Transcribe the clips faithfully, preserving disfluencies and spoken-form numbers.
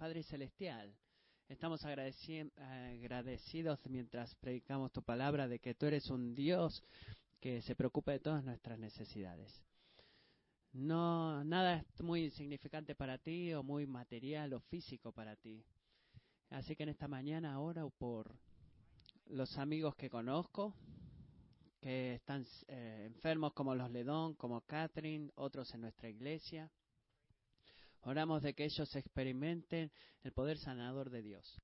Padre Celestial, estamos agradeci- agradecidos mientras predicamos tu palabra de que tú eres un Dios que se preocupa de todas nuestras necesidades. No, nada es muy insignificante para ti o muy material o físico para ti. Así que en esta mañana oro por los amigos que conozco, que están eh, enfermos como los Ledón, como Catherine, otros en nuestra iglesia. Oramos de que ellos experimenten el poder sanador de Dios.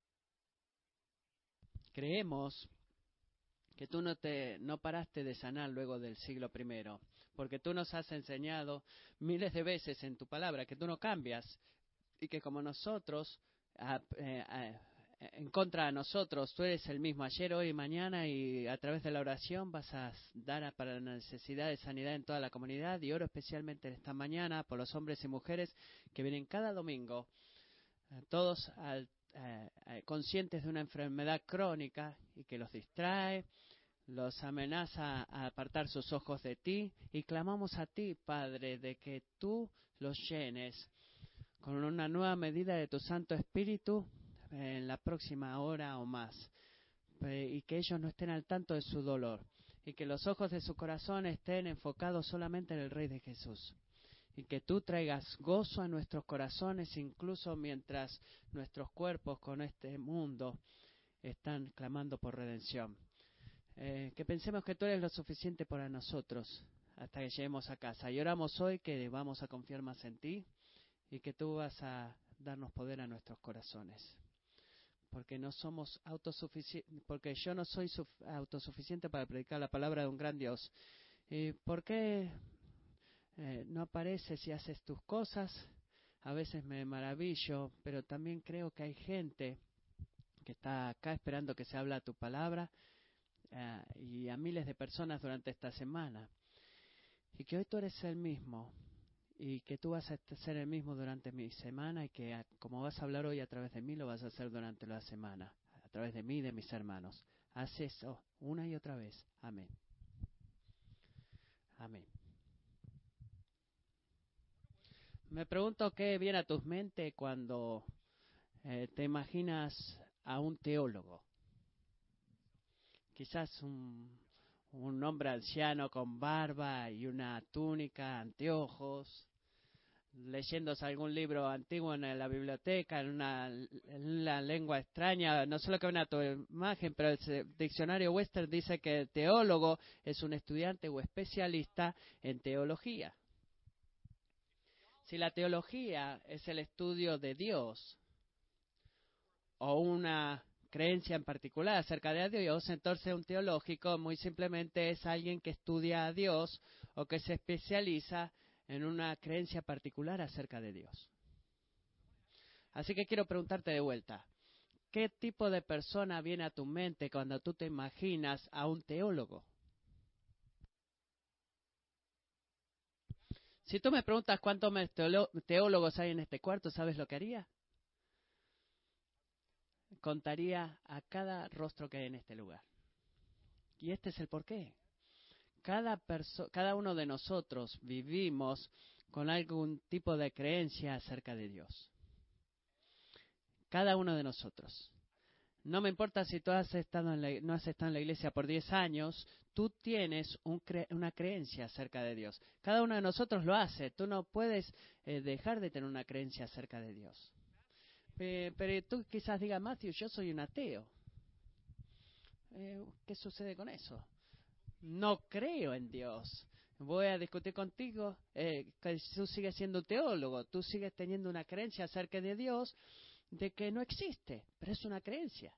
Creemos que tú no te no paraste de sanar luego del siglo primero, porque tú nos has enseñado miles de veces en tu palabra que tú no cambias y que como nosotros, a, eh, a, en contra de nosotros, tú eres el mismo ayer, hoy y mañana, y a través de la oración vas a dar a, para la necesidad de sanidad en toda la comunidad. Y oro especialmente esta mañana por los hombres y mujeres que vienen cada domingo, eh, todos al Eh, eh, conscientes de una enfermedad crónica y que los distrae, los amenaza a apartar sus ojos de ti, y clamamos a ti, Padre, de que tú los llenes con una nueva medida de tu Santo Espíritu en la próxima hora o más, eh, y que ellos no estén al tanto de su dolor, y que los ojos de su corazón estén enfocados solamente en el Rey de Jesús. Y que tú traigas gozo a nuestros corazones, incluso mientras nuestros cuerpos con este mundo están clamando por redención. Eh, que pensemos que tú eres lo suficiente para nosotros hasta que lleguemos a casa. Y oramos hoy que vamos a confiar más en ti y que tú vas a darnos poder a nuestros corazones. Porque no somos autosuficientes, porque yo no soy autosuficiente para predicar la palabra de un gran Dios. ¿Y por qué Eh, no apareces y haces tus cosas? A veces me maravillo, pero también creo que hay gente que está acá esperando que se habla tu palabra, eh, y a miles de personas durante esta semana. Y que hoy tú eres el mismo y que tú vas a ser el mismo durante mi semana, y que a, como vas a hablar hoy a través de mí, lo vas a hacer durante la semana, a través de mí y de mis hermanos. Haz eso una y otra vez. Amén. Amén. Me pregunto qué viene a tu mente cuando eh, te imaginas a un teólogo. Quizás un, un hombre anciano con barba y una túnica, anteojos, leyéndose algún libro antiguo en la biblioteca, en una, en una lengua extraña. No solo que viene a tu imagen, pero el diccionario Webster dice que el teólogo es un estudiante o especialista en teología. Si la teología es el estudio de Dios o una creencia en particular acerca de Dios, entonces un teológico muy simplemente es alguien que estudia a Dios o que se especializa en una creencia particular acerca de Dios. Así que quiero preguntarte de vuelta, ¿qué tipo de persona viene a tu mente cuando tú te imaginas a un teólogo? Si tú me preguntas cuántos teólogos hay en este cuarto, ¿sabes lo que haría? Contaría a cada rostro que hay en este lugar. Y este es el porqué. Cada, perso- cada uno de nosotros vivimos con algún tipo de creencia acerca de Dios. Cada uno de nosotros. No me importa si tú has estado en la, no has estado en la iglesia por diez años, tú tienes un cre- una creencia acerca de Dios. Cada uno de nosotros lo hace. Tú no puedes eh, dejar de tener una creencia acerca de Dios. Eh, pero tú quizás digas, Matthew, yo soy un ateo. Eh, ¿Qué sucede con eso? No creo en Dios. Voy a discutir contigo, eh, que tú sigues siendo teólogo, tú sigues teniendo una creencia acerca de Dios de que no existe, pero es una creencia.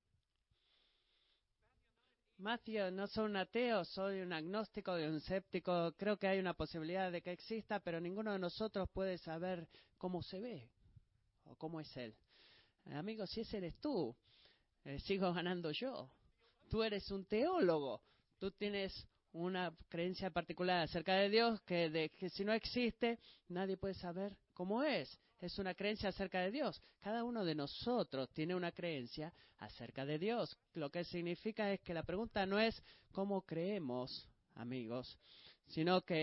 Matthew, no soy un ateo, soy un agnóstico, un escéptico. Creo que hay una posibilidad de que exista, pero ninguno de nosotros puede saber cómo se ve o cómo es Él. Eh, amigo, si ese eres tú, eh, sigo ganando yo. Tú eres un teólogo, tú tienes una creencia particular acerca de Dios que, de, que si no existe, nadie puede saber cómo es. Es una creencia acerca de Dios. Cada uno de nosotros tiene una creencia acerca de Dios. Lo que significa es que la pregunta no es cómo creemos, amigos, sino que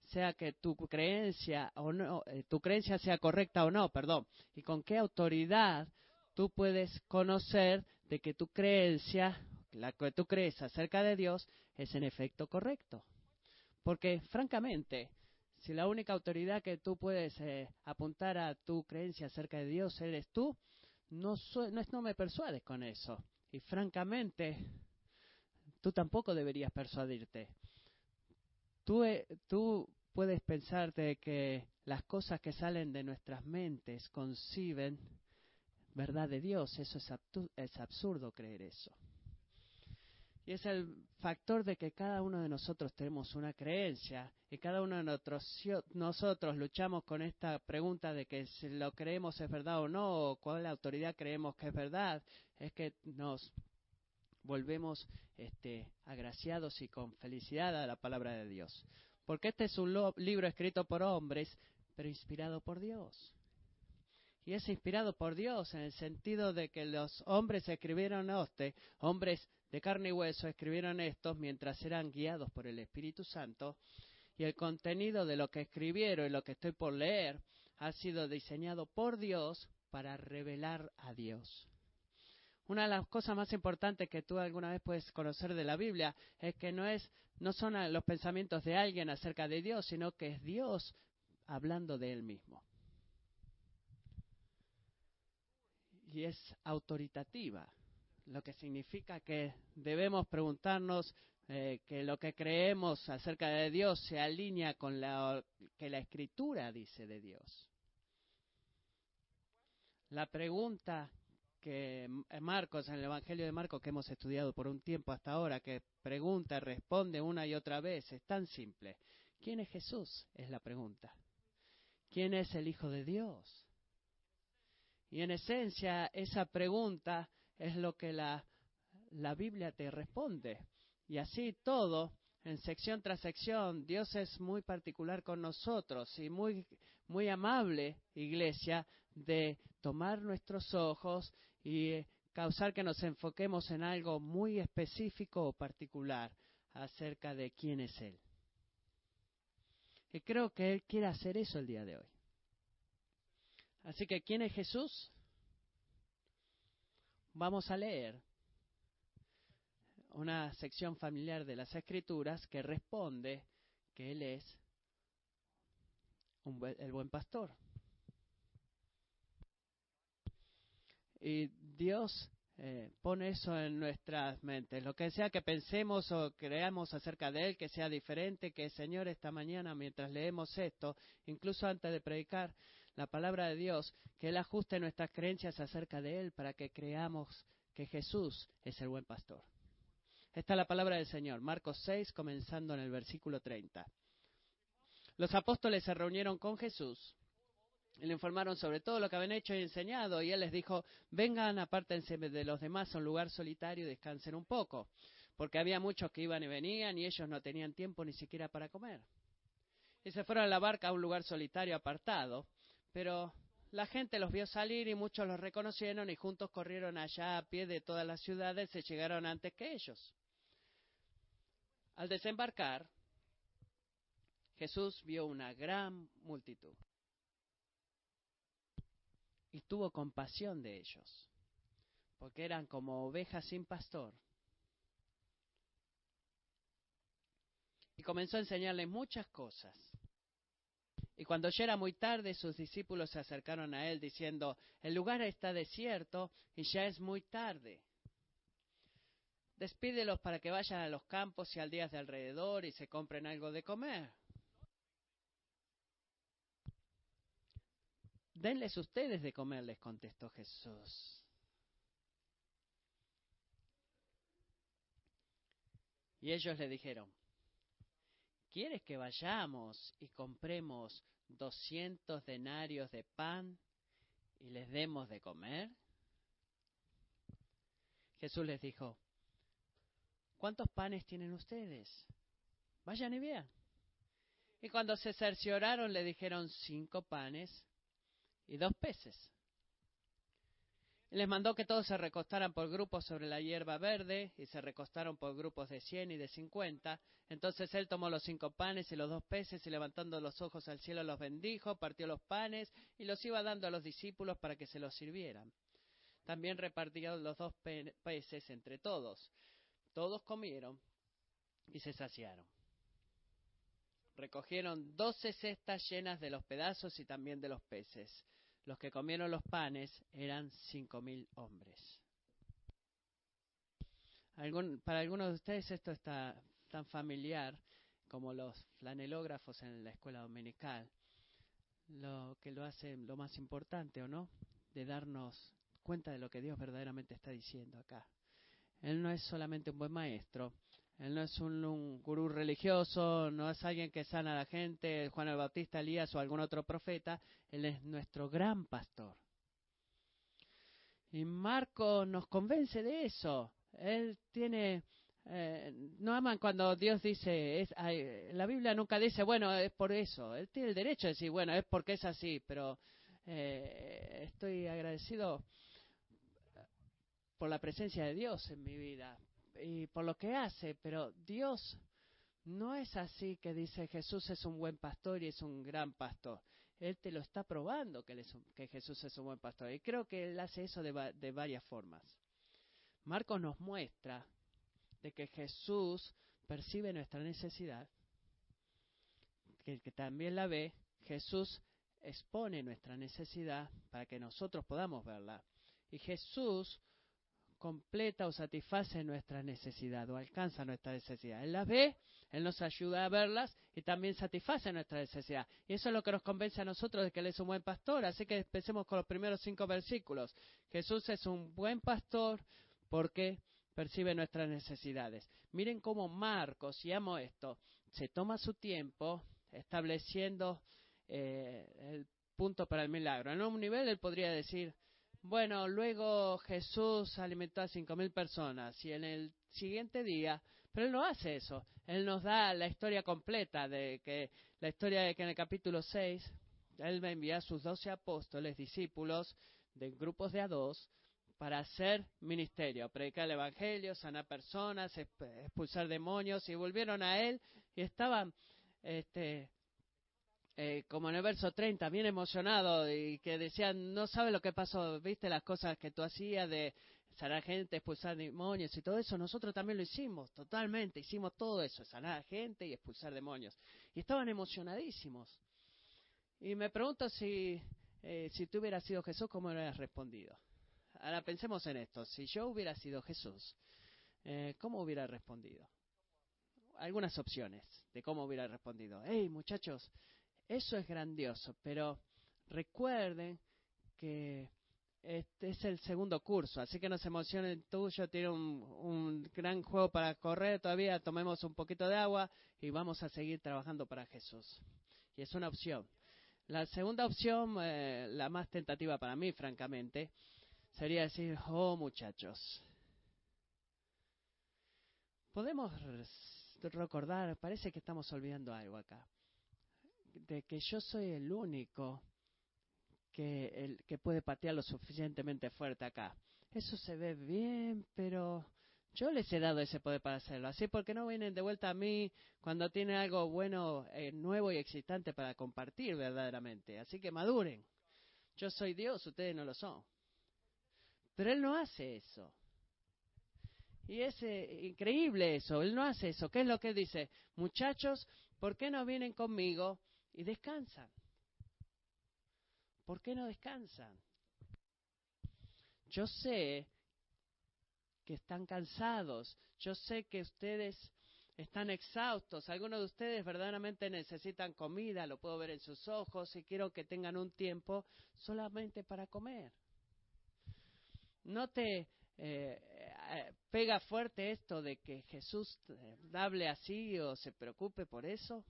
sea que tu creencia o no, eh, tu creencia sea correcta o no, perdón, y con qué autoridad tú puedes conocer de que tu creencia, la que tú crees acerca de Dios, es en efecto correcto. Porque, francamente, si la única autoridad que tú puedes eh, apuntar a tu creencia acerca de Dios eres tú, no, so, no, no me persuades con eso. Y, francamente, tú tampoco deberías persuadirte. Tú, eh, tú puedes pensarte que las cosas que salen de nuestras mentes conciben verdad de Dios. Eso es, abtu- es absurdo creer eso. Y es el factor de que cada uno de nosotros tenemos una creencia y cada uno de nosotros, nosotros luchamos con esta pregunta de que si lo creemos es verdad o no, o cuál autoridad creemos que es verdad, es que nos volvemos este, agraciados y con felicidad a la palabra de Dios. Porque este es un lo- libro escrito por hombres, pero inspirado por Dios. Y es inspirado por Dios en el sentido de que los hombres escribieron este, hombres de carne y hueso escribieron estos mientras eran guiados por el Espíritu Santo. Y el contenido de lo que escribieron y lo que estoy por leer ha sido diseñado por Dios para revelar a Dios. Una de las cosas más importantes que tú alguna vez puedes conocer de la Biblia es que no es, no son los pensamientos de alguien acerca de Dios, sino que es Dios hablando de Él mismo. Y es autoritativa, lo que significa que debemos preguntarnos eh, que lo que creemos acerca de Dios se alinea con lo que la Escritura dice de Dios. La pregunta que Marcos, en el Evangelio de Marcos que hemos estudiado por un tiempo hasta ahora, que pregunta y responde una y otra vez, es tan simple. ¿Quién es Jesús? Es la pregunta. ¿Quién es el Hijo de Dios? Y en esencia, esa pregunta es lo que la, la Biblia te responde. Y así todo, en sección tras sección, Dios es muy particular con nosotros y muy, muy amable, iglesia, de tomar nuestros ojos y causar que nos enfoquemos en algo muy específico o particular acerca de quién es Él. Y creo que Él quiere hacer eso el día de hoy. Así que, ¿quién es Jesús? Vamos a leer una sección familiar de las Escrituras que responde que Él es un buen, el buen pastor. Y Dios eh, pone eso en nuestras mentes. Lo que sea que pensemos o creamos acerca de Él, que sea diferente, que Señor, esta mañana mientras leemos esto, incluso antes de predicar la palabra de Dios, que Él ajuste nuestras creencias acerca de Él para que creamos que Jesús es el buen pastor. Esta es la palabra del Señor, Marcos seis, comenzando en el versículo treinta. Los apóstoles se reunieron con Jesús y le informaron sobre todo lo que habían hecho y enseñado, y Él les dijo, vengan, apártense de los demás a un lugar solitario y descansen un poco, porque había muchos que iban y venían y ellos no tenían tiempo ni siquiera para comer. Y se fueron a la barca a un lugar solitario apartado, pero la gente los vio salir y muchos los reconocieron y juntos corrieron allá a pie de todas las ciudades y llegaron antes que ellos. Al desembarcar, Jesús vio una gran multitud y tuvo compasión de ellos, porque eran como ovejas sin pastor. Y comenzó a enseñarles muchas cosas. Y cuando ya era muy tarde, sus discípulos se acercaron a él diciendo, el lugar está desierto y ya es muy tarde. Despídelos para que vayan a los campos y aldeas de alrededor y se compren algo de comer. Denles ustedes de comer, les contestó Jesús. Y ellos le dijeron, ¿quieres que vayamos y compremos doscientos denarios de pan y les demos de comer? Jesús les dijo, ¿cuántos panes tienen ustedes? Vayan y vean. Y cuando se cercioraron le dijeron cinco panes y dos peces. Les mandó que todos se recostaran por grupos sobre la hierba verde, y se recostaron por grupos de cien y de cincuenta. Entonces él tomó los cinco panes y los dos peces, y levantando los ojos al cielo los bendijo, partió los panes, y los iba dando a los discípulos para que se los sirvieran. También repartió los dos pe- peces entre todos. Todos comieron y se saciaron. Recogieron doce cestas llenas de los pedazos y también de los peces. Los que comieron los panes eran cinco mil hombres. Algún, para algunos de ustedes esto está tan familiar como los flanelógrafos en la escuela dominical, lo que lo hace lo más importante, ¿o no? De darnos cuenta de lo que Dios verdaderamente está diciendo acá. Él no es solamente un buen maestro, Él no es un, un gurú religioso, no es alguien que sana a la gente, Juan el Bautista, Elías o algún otro profeta. Él es nuestro gran pastor. Y Marcos nos convence de eso. Él tiene... Eh, no aman cuando Dios dice... Es, ay, la Biblia nunca dice, bueno, es por eso. Él tiene el derecho de decir, bueno, es porque es así, pero eh, estoy agradecido por la presencia de Dios en mi vida y por lo que hace, pero Dios no es así que dice Jesús es un buen pastor y es un gran pastor. Él te lo está probando que, él es un, que Jesús es un buen pastor. Y creo que Él hace eso de, va, de varias formas. Marcos nos muestra de que Jesús percibe nuestra necesidad, que, que también la ve. Jesús expone nuestra necesidad para que nosotros podamos verla. Y Jesús completa o satisface nuestra necesidad o alcanza nuestra necesidad. Él las ve, Él nos ayuda a verlas y también satisface nuestra necesidad. Y eso es lo que nos convence a nosotros de que Él es un buen pastor. Así que empecemos con los primeros cinco versículos. Jesús es un buen pastor porque percibe nuestras necesidades. Miren cómo Marcos, y amo esto, se toma su tiempo estableciendo eh, el punto para el milagro. En un nivel Él podría decir, bueno, luego Jesús alimentó a cinco mil personas y en el siguiente día, pero Él no hace eso. Él nos da la historia completa de que, la historia de que en el capítulo seis, Él va a enviar a sus doce apóstoles, discípulos, de grupos de a dos, para hacer ministerio, predicar el evangelio, sanar personas, expulsar demonios, y volvieron a Él y estaban, este, Eh, como en el verso treinta, bien emocionado, y que decían, no sabes lo que pasó, viste las cosas que tú hacías de sanar gente, expulsar demonios y todo eso. Nosotros también lo hicimos, totalmente, hicimos todo eso, sanar gente y expulsar demonios. Y estaban emocionadísimos. Y me pregunto si, eh, si tú hubieras sido Jesús, ¿cómo hubieras respondido? Ahora pensemos en esto, si yo hubiera sido Jesús, eh, ¿cómo hubiera respondido? Algunas opciones de cómo hubiera respondido. Hey, muchachos, eso es grandioso, pero recuerden que este es el segundo curso, así que no se emocionen, tuyo tiene un, un gran juego para correr todavía, tomemos un poquito de agua y vamos a seguir trabajando para Jesús. Y es una opción. La segunda opción, eh, la más tentativa para mí, francamente, sería decir, oh muchachos, podemos recordar, parece que estamos olvidando algo acá, de que yo soy el único que, el, que puede patear lo suficientemente fuerte acá. Eso se ve bien, pero yo les he dado ese poder para hacerlo. Así, porque no vienen de vuelta a mí cuando tienen algo bueno, eh, nuevo y excitante para compartir verdaderamente. Así que maduren. Yo soy Dios, ustedes no lo son. Pero Él no hace eso. Y es eh, increíble eso. Él no hace eso. ¿Qué es lo que Él dice? Muchachos, ¿por qué no vienen conmigo y descansan? ¿Por qué no descansan? Yo sé que están cansados. Yo sé que ustedes están exhaustos. Algunos de ustedes verdaderamente necesitan comida, lo puedo ver en sus ojos, y quiero que tengan un tiempo solamente para comer. ¿No te eh, eh, pega fuerte esto de que Jesús hable así o se preocupe por eso?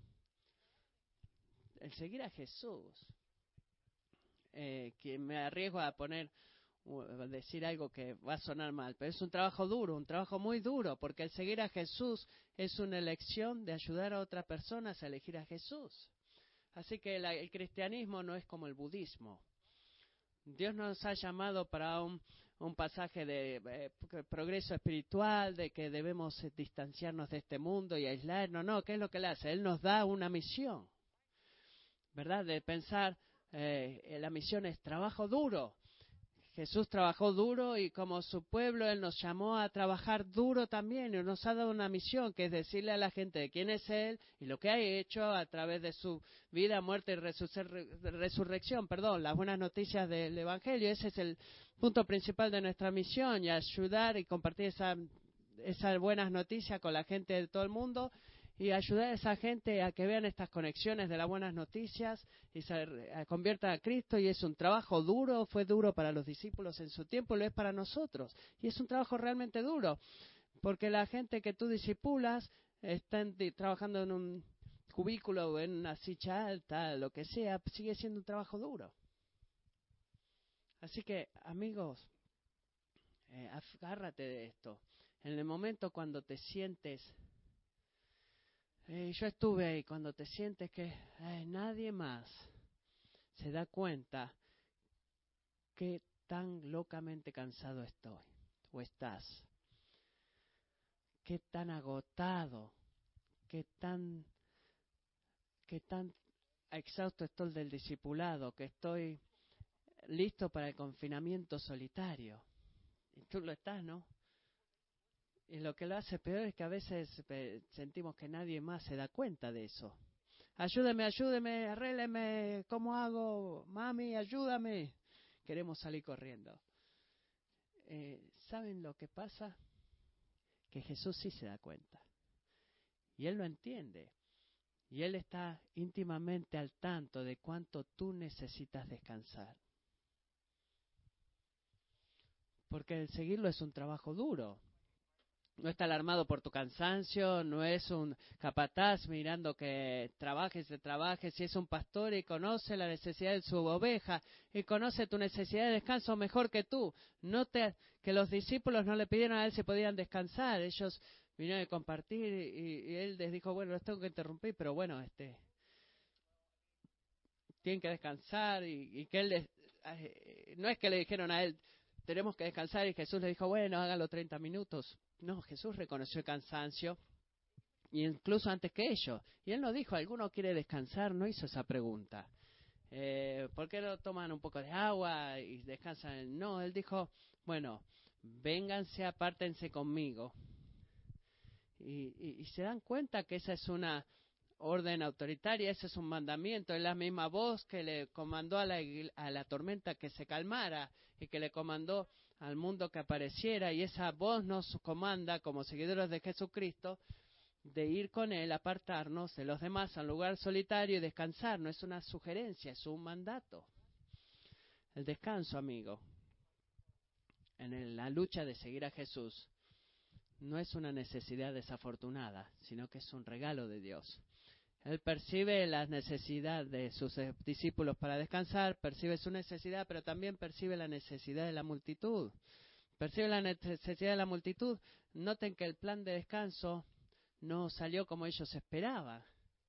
El seguir a Jesús, eh, que me arriesgo a poner decir algo que va a sonar mal, pero es un trabajo duro, un trabajo muy duro, porque el seguir a Jesús es una elección de ayudar a otras personas a elegir a Jesús. Así que la, el cristianismo no es como el budismo. Dios nos ha llamado para un, un pasaje de eh, progreso espiritual, de que debemos eh, distanciarnos de este mundo y aislarnos. No, ¿qué es lo que Él hace? Él nos da una misión, ¿verdad? De pensar, eh, la misión es trabajo duro. Jesús trabajó duro y como su pueblo Él nos llamó a trabajar duro también y nos ha dado una misión que es decirle a la gente de quién es Él y lo que ha hecho a través de su vida, muerte y resurrección, perdón, las buenas noticias del Evangelio. Ese es el punto principal de nuestra misión, y ayudar y compartir esa, esas buenas noticias con la gente de todo el mundo y ayudar a esa gente a que vean estas conexiones de las buenas noticias y se conviertan a Cristo. Y es un trabajo duro, fue duro para los discípulos en su tiempo, lo es para nosotros. Y es un trabajo realmente duro, porque la gente que tú discipulas están trabajando en un cubículo o en una silla alta, lo que sea, sigue siendo un trabajo duro. Así que, amigos, eh, agárrate de esto. En el momento cuando te sientes... Eh, yo estuve ahí, cuando te sientes que eh, nadie más se da cuenta qué tan locamente cansado estoy, o estás, qué tan agotado, qué tan, qué tan exhausto estoy del discipulado, que estoy listo para el confinamiento solitario. Y tú lo estás, ¿no? Y lo que lo hace peor es que a veces eh, sentimos que nadie más se da cuenta de eso. Ayúdeme, ayúdeme, arrégleme, ¿cómo hago? Mami, ayúdame. Queremos salir corriendo. Eh, ¿Saben lo que pasa? Que Jesús sí se da cuenta. Y Él lo entiende. Y Él está íntimamente al tanto de cuánto tú necesitas descansar. Porque el seguirlo es un trabajo duro. No está alarmado por tu cansancio, no es un capataz mirando que trabajes, te trabajes. Si es un pastor y conoce la necesidad de su oveja y conoce tu necesidad de descanso mejor que tú. No te, que los discípulos no le pidieron a él si podían descansar. Ellos vinieron a compartir y, y él les dijo, bueno, los tengo que interrumpir, pero bueno, este, tienen que descansar y, y que él les, eh, no es que le dijeron a él, tenemos que descansar, y Jesús le dijo, bueno, hágalo treinta minutos. No, Jesús reconoció el cansancio, y incluso antes que ellos. Y él no dijo, ¿alguno quiere descansar? No hizo esa pregunta. Eh, ¿Por qué no toman un poco de agua y descansan? No, él dijo, bueno, vénganse, apártense conmigo. Y, y, y se dan cuenta que esa es una orden autoritaria, ese es un mandamiento, es la misma voz que le comandó a la, a la tormenta que se calmara y que le comandó al mundo que apareciera, y esa voz nos comanda como seguidores de Jesucristo de ir con Él, apartarnos de los demás a un lugar solitario y descansar. No es una sugerencia, es un mandato. El descanso, amigo, en la lucha de seguir a Jesús, no es una necesidad desafortunada, sino que es un regalo de Dios. Él percibe la necesidad de sus discípulos para descansar, percibe su necesidad, pero también percibe la necesidad de la multitud. Percibe la necesidad de la multitud. Noten que el plan de descanso no salió como ellos esperaban.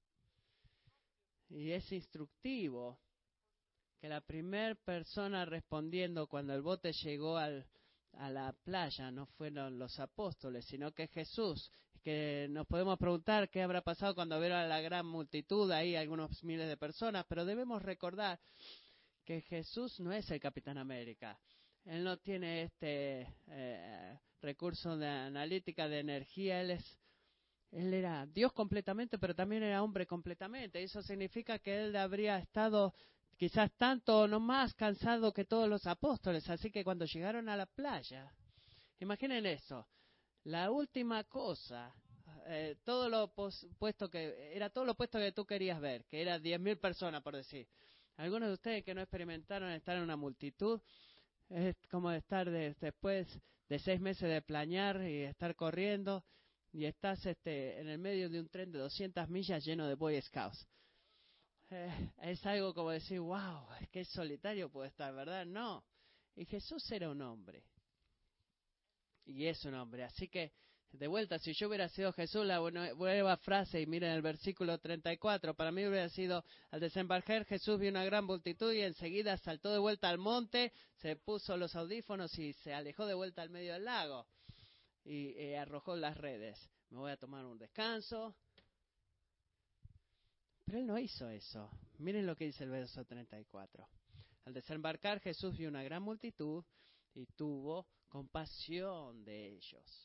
Y es instructivo que la primera persona respondiendo cuando el bote llegó al, a la playa no fueron los apóstoles, sino que Jesús. Que nos podemos preguntar qué habrá pasado cuando vieron a la gran multitud, ahí algunos miles de personas, pero debemos recordar que Jesús no es el Capitán América. Él no tiene este eh, recurso de analítica de energía. Él es, él era Dios completamente, pero también era hombre completamente. Eso significa que él habría estado quizás tanto o no más cansado que todos los apóstoles. Así que cuando llegaron a la playa, imaginen eso. La última cosa, eh, todo lo puesto que era todo lo puesto que tú querías ver, que era diez mil personas, por decir. Algunos de ustedes que no experimentaron estar en una multitud, es como estar de, después de seis meses de planear y estar corriendo, y estás este, en el medio de un tren de doscientas millas lleno de Boy Scouts. Eh, es algo como decir, wow, es que es solitario puede estar, ¿verdad? No. Y Jesús era un hombre. Y es un hombre. Así que De vuelta, si yo hubiera sido Jesús, la nueva frase, y miren el versículo treinta y cuatro, para mí hubiera sido, al desembarcar Jesús vio una gran multitud y enseguida saltó de vuelta al monte, se puso los audífonos y se alejó de vuelta al medio del lago y eh, arrojó las redes. Me voy a tomar un descanso. Pero él no hizo eso. Miren lo que dice el verso treinta y cuatro. Al desembarcar Jesús vio una gran multitud y tuvo compasión de ellos.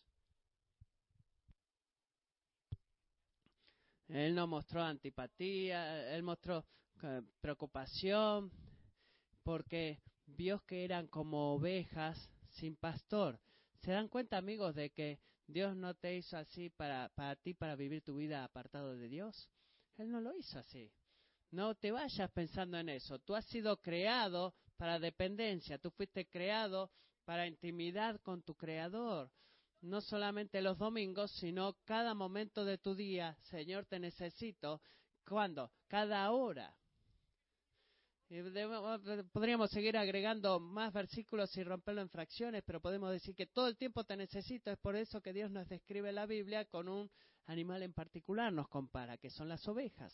Él no mostró antipatía, él mostró eh, preocupación, porque vio que eran como ovejas sin pastor. ¿Se dan cuenta, amigos, de que Dios no te hizo así para, para ti, para vivir tu vida apartado de Dios? Él no lo hizo así. No te vayas pensando en eso. Tú has sido creado para dependencia, tú fuiste creado para intimidad con tu Creador. No solamente los domingos, sino cada momento de tu día. Señor, te necesito. ¿Cuándo? Cada hora. Y podríamos seguir agregando más versículos y romperlo en fracciones, pero podemos decir que todo el tiempo te necesito. Es por eso que Dios nos describe la Biblia con un animal en particular, nos compara, que son las ovejas.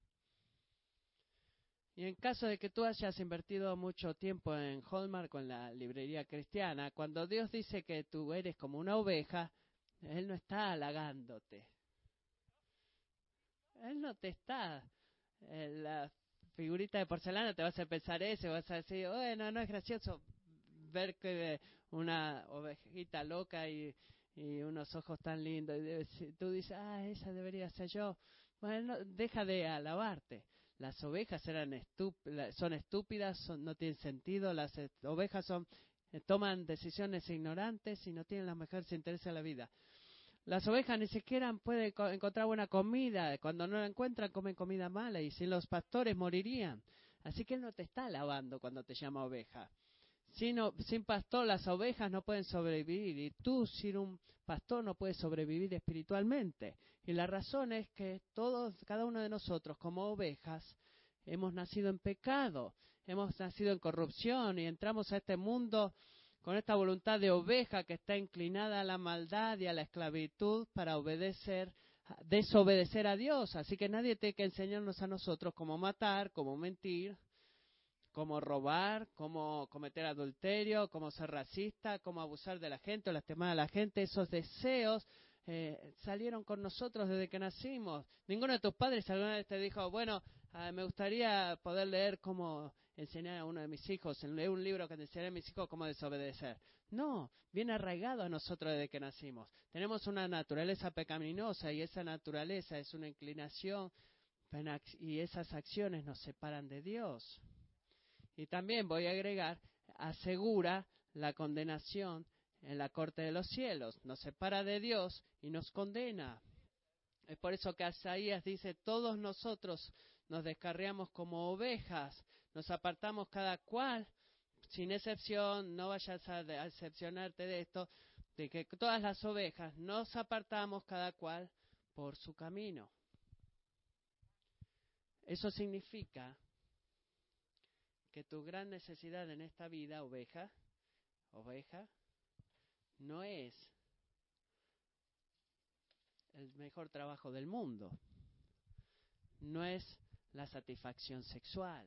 Y en caso de que tú hayas invertido mucho tiempo en Hallmark o en la librería cristiana, cuando Dios dice que tú eres como una oveja, Él no está halagándote. Él no te está... Eh, la figurita de porcelana te vas a pensar eso, vas a decir, bueno, no es gracioso ver que una ovejita loca y, y unos ojos tan lindos. Y tú dices, ah, esa debería ser yo. Bueno, deja de alabarte. Las ovejas eran estúp- son estúpidas, son, no tienen sentido. Las est- ovejas son eh, toman decisiones ignorantes y no tienen los mejores intereses de la vida. Las ovejas ni siquiera pueden co- encontrar buena comida. Cuando no la encuentran, comen comida mala y sin los pastores morirían. Así que Él no te está alabando cuando te llama oveja. Sino, sin pastor, las ovejas no pueden sobrevivir. Y tú, sin un pastor, no puedes sobrevivir espiritualmente. Y la razón es que todos, cada uno de nosotros, como ovejas, hemos nacido en pecado. Hemos nacido en corrupción y entramos a este mundo con esta voluntad de oveja que está inclinada a la maldad y a la esclavitud para obedecer, desobedecer a Dios. Así que nadie tiene que enseñarnos a nosotros cómo matar, cómo mentir, cómo robar, cómo cometer adulterio, cómo ser racista, cómo abusar de la gente o lastimar a la gente. Esos deseos eh, salieron con nosotros desde que nacimos. Ninguno de tus padres alguna vez te dijo, bueno, uh, me gustaría poder leer cómo enseñar a uno de mis hijos, leer un libro que enseñaré a mis hijos cómo desobedecer. No, viene arraigado a nosotros desde que nacimos. Tenemos una naturaleza pecaminosa y esa naturaleza es una inclinación y esas acciones nos separan de Dios. Y también voy a agregar, asegura la condenación en la corte de los cielos. Nos separa de Dios y nos condena. Es por eso que Isaías dice, todos nosotros nos descarriamos como ovejas, nos apartamos cada cual, sin excepción, no vayas a decepcionarte de esto, de que todas las ovejas nos apartamos cada cual por su camino. Eso significa que tu gran necesidad en esta vida, oveja, oveja, no es el mejor trabajo del mundo, no es la satisfacción sexual,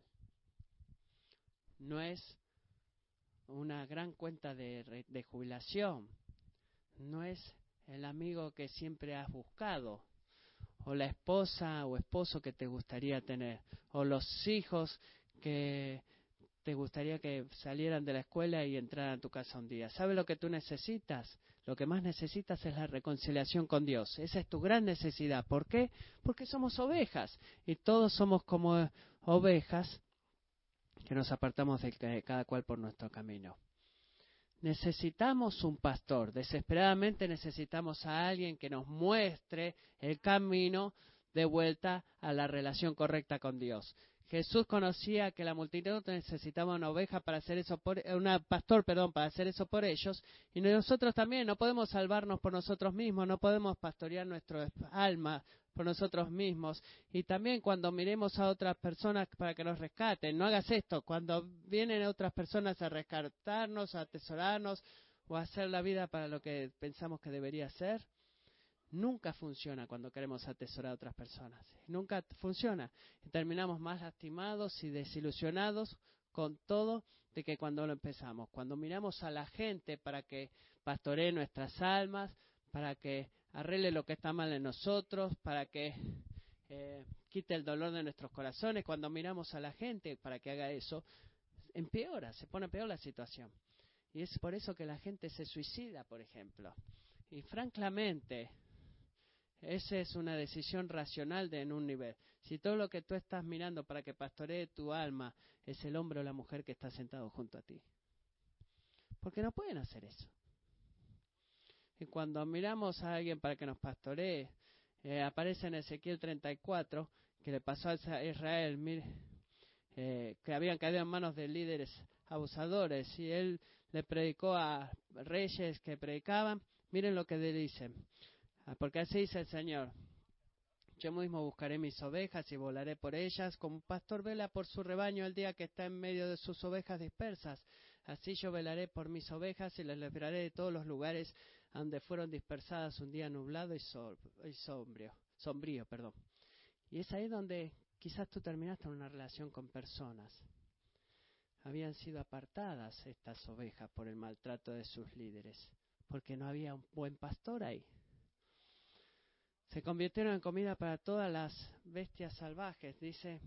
no es una gran cuenta de, de jubilación, no es el amigo que siempre has buscado, o la esposa o esposo que te gustaría tener, o los hijos que te gustaría que salieran de la escuela y entraran a tu casa un día. ¿Sabes lo que tú necesitas? Lo que más necesitas es la reconciliación con Dios. Esa es tu gran necesidad. ¿Por qué? Porque somos ovejas. Y todos somos como ovejas que nos apartamos de cada cual por nuestro camino. Necesitamos un pastor. Desesperadamente necesitamos a alguien que nos muestre el camino de vuelta a la relación correcta con Dios. Jesús conocía que la multitud necesitaba una oveja para hacer eso por, una pastor, perdón, para hacer eso por ellos, y nosotros también no podemos salvarnos por nosotros mismos, no podemos pastorear nuestra alma por nosotros mismos. Y también cuando miremos a otras personas para que nos rescaten, no hagas esto. Cuando vienen otras personas a rescatarnos, a atesorarnos o a hacer la vida para lo que pensamos que debería ser, nunca funciona cuando queremos atesorar a otras personas. Nunca funciona. Terminamos más lastimados y desilusionados con todo de que cuando lo empezamos. Cuando miramos a la gente para que pastoree nuestras almas, para que arregle lo que está mal en nosotros, para que eh, quite el dolor de nuestros corazones, cuando miramos a la gente para que haga eso, empeora, se pone peor la situación. Y es por eso que la gente se suicida, por ejemplo. Y francamente, esa es una decisión racional de en un nivel. Si todo lo que tú estás mirando para que pastoree tu alma es el hombre o la mujer que está sentado junto a ti. Porque no pueden hacer eso. Y cuando miramos a alguien para que nos pastoree, eh, aparece en Ezequiel treinta y cuatro, que le pasó a Israel, mire, eh, que habían caído en manos de líderes abusadores, y él le predicó a reyes que predicaban. Miren lo que le dicen, porque así dice el Señor: yo mismo buscaré mis ovejas y volaré por ellas, como un pastor vela por su rebaño el día que está en medio de sus ovejas dispersas. Así yo velaré por mis ovejas y las libraré de todos los lugares donde fueron dispersadas un día nublado y, sol, y sombrío, sombrío. Perdón. Y es ahí donde quizás tú terminaste una relación con personas. Habían sido apartadas estas ovejas por el maltrato de sus líderes, porque no había un buen pastor ahí. Se convirtieron en comida para todas las bestias salvajes. Dice,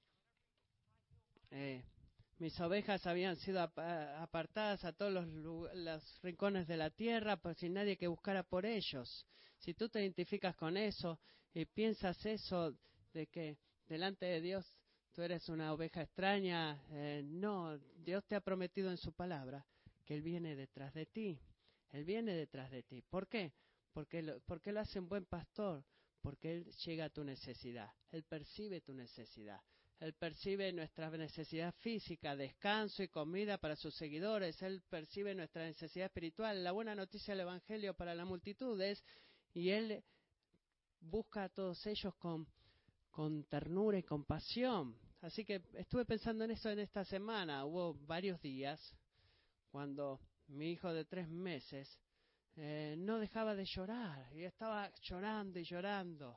eh, mis ovejas habían sido ap- apartadas a todos los, los rincones de la tierra, pues sin nadie que buscara por ellos. Si tú te identificas con eso y piensas eso, de que delante de Dios tú eres una oveja extraña, eh, no, Dios te ha prometido en su palabra que Él viene detrás de ti. Él viene detrás de ti. ¿Por qué? Porque lo, porque lo hace un buen pastor, porque Él llega a tu necesidad, Él percibe tu necesidad, Él percibe nuestra necesidad física, descanso y comida para sus seguidores, Él percibe nuestra necesidad espiritual. La buena noticia del Evangelio para la multitud es, y Él busca a todos ellos con, con ternura y compasión. Así que estuve pensando en eso en esta semana. Hubo varios días cuando mi hijo de tres meses Eh, no dejaba de llorar y estaba llorando y llorando.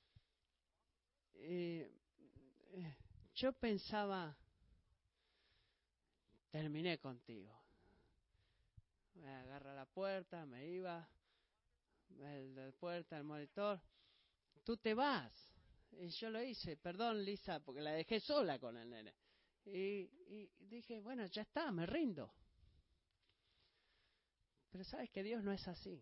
Y, eh, yo pensaba, terminé contigo. Me agarra la puerta, me iba, el de la puerta, el monitor, tú te vas. Y yo lo hice, perdón Lisa, porque la dejé sola con el nene. Y, y dije, bueno, ya está, me rindo. Pero sabes que Dios no es así.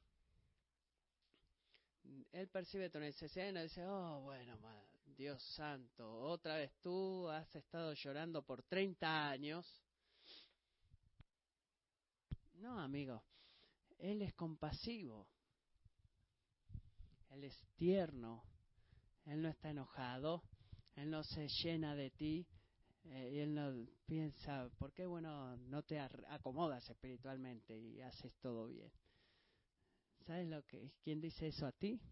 Él percibe tu necesidad y nos dice, oh, bueno, Dios santo, otra vez tú has estado llorando por treinta años. No, amigo, Él es compasivo, Él es tierno, Él no está enojado, Él no se llena de ti, eh, y Él no piensa, ¿por qué, bueno, no te acomodas espiritualmente y haces todo bien? ¿Sabes lo que, quién dice eso a ti?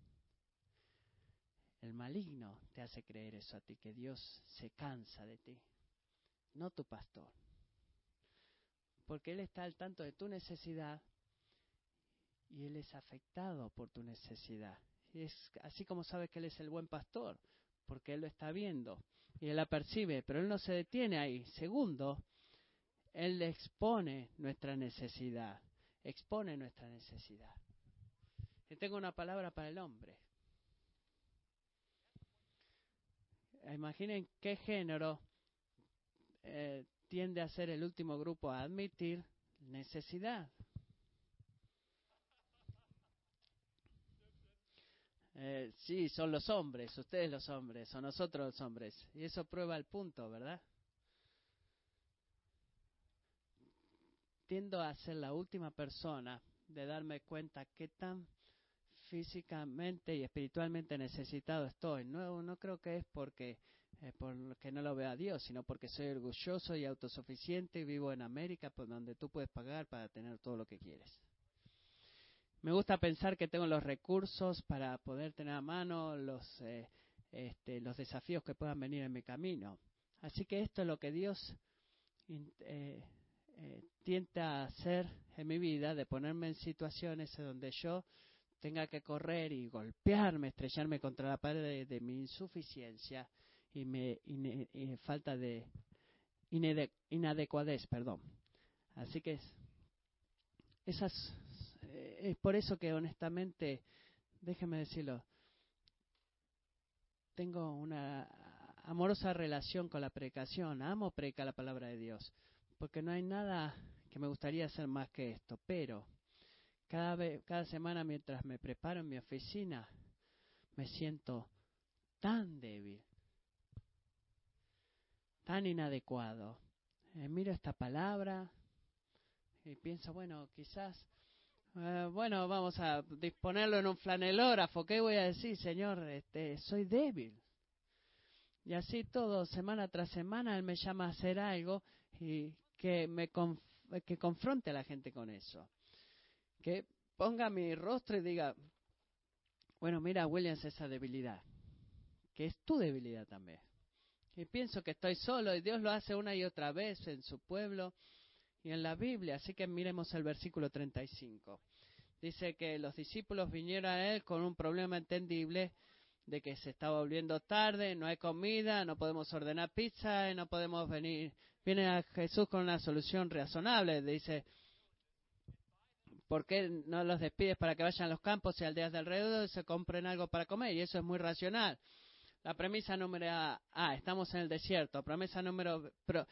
El maligno te hace creer eso a ti, que Dios se cansa de ti, no tu pastor. Porque Él está al tanto de tu necesidad y Él es afectado por tu necesidad. Y es así como sabe que Él es el buen pastor, porque Él lo está viendo y Él la percibe, pero Él no se detiene ahí. Segundo, Él expone nuestra necesidad, expone nuestra necesidad. Y tengo una palabra para el hombre. Imaginen qué género eh, tiende a ser el último grupo a admitir necesidad. Eh, sí, son los hombres, ustedes los hombres, o nosotros los hombres. Y eso prueba el punto, ¿verdad? Tiendo a ser la última persona de darme cuenta qué tan físicamente y espiritualmente necesitado estoy. No, no creo que es porque eh, porque no lo vea a Dios, sino porque soy orgulloso y autosuficiente y vivo en América, por donde tú puedes pagar para tener todo lo que quieres. Me gusta pensar que tengo los recursos para poder tener a mano los eh, este, los desafíos que puedan venir en mi camino. Así que esto es lo que Dios eh, eh, tienta a hacer en mi vida, de ponerme en situaciones en donde yo tenga que correr y golpearme, estrellarme contra la pared de, de mi insuficiencia y mi ine, y falta de inade, inadecuadez, perdón. Así que es, esas, eh, es por eso que honestamente, déjeme decirlo, tengo una amorosa relación con la predicación. Amo predicar la palabra de Dios, porque no hay nada que me gustaría hacer más que esto. Pero cada vez, cada semana mientras me preparo en mi oficina, me siento tan débil, tan inadecuado. Eh, miro esta palabra y pienso, bueno, quizás, eh, bueno, vamos a disponerlo en un flanelógrafo. ¿Qué voy a decir, Señor? Este, soy débil. Y así todo, semana tras semana, Él me llama a hacer algo y que me conf que confronte a la gente con eso. Que ponga mi rostro y diga, bueno, mira, Williams, esa debilidad, que es tu debilidad también. Y pienso que estoy solo y Dios lo hace una y otra vez en su pueblo y en la Biblia. Así que miremos el versículo treinta y cinco. Dice que los discípulos vinieron a Él con un problema entendible de que se está volviendo tarde, no hay comida, no podemos ordenar pizza, y no podemos venir. Viene a Jesús con una solución razonable. Dice, ¿por qué no los despides para que vayan a los campos y aldeas de alrededor y se compren algo para comer? Y eso es muy racional. La premisa número A, ah, estamos en el desierto. Premisa número... Pro,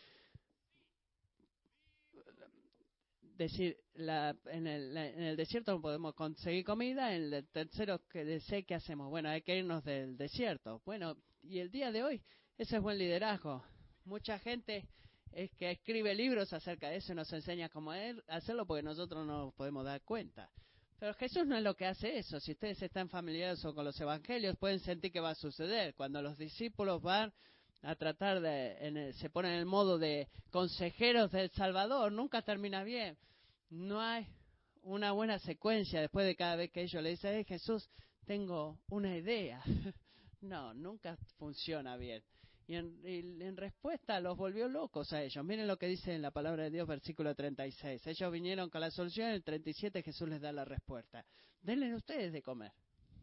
decir, la, en, el, la, en el desierto no podemos conseguir comida. En el tercero, que sé qué hacemos. Bueno, hay que irnos del desierto. Bueno, y el día de hoy, ese es buen liderazgo. Mucha gente es que escribe libros acerca de eso y nos enseña cómo hacerlo porque nosotros no nos podemos dar cuenta. Pero Jesús no es lo que hace eso. Si ustedes están familiarizados con los evangelios, pueden sentir que va a suceder. Cuando los discípulos van a tratar de, en el, se ponen en el modo de consejeros del Salvador, nunca termina bien. No hay una buena secuencia después de cada vez que ellos le dicen, hey, Jesús, tengo una idea. No, nunca funciona bien. Y en, y en respuesta los volvió locos a ellos. Miren lo que dice en la palabra de Dios, versículo treinta y seis. Ellos vinieron con la solución, en el treinta y siete Jesús les da la respuesta. Denle ustedes de comer.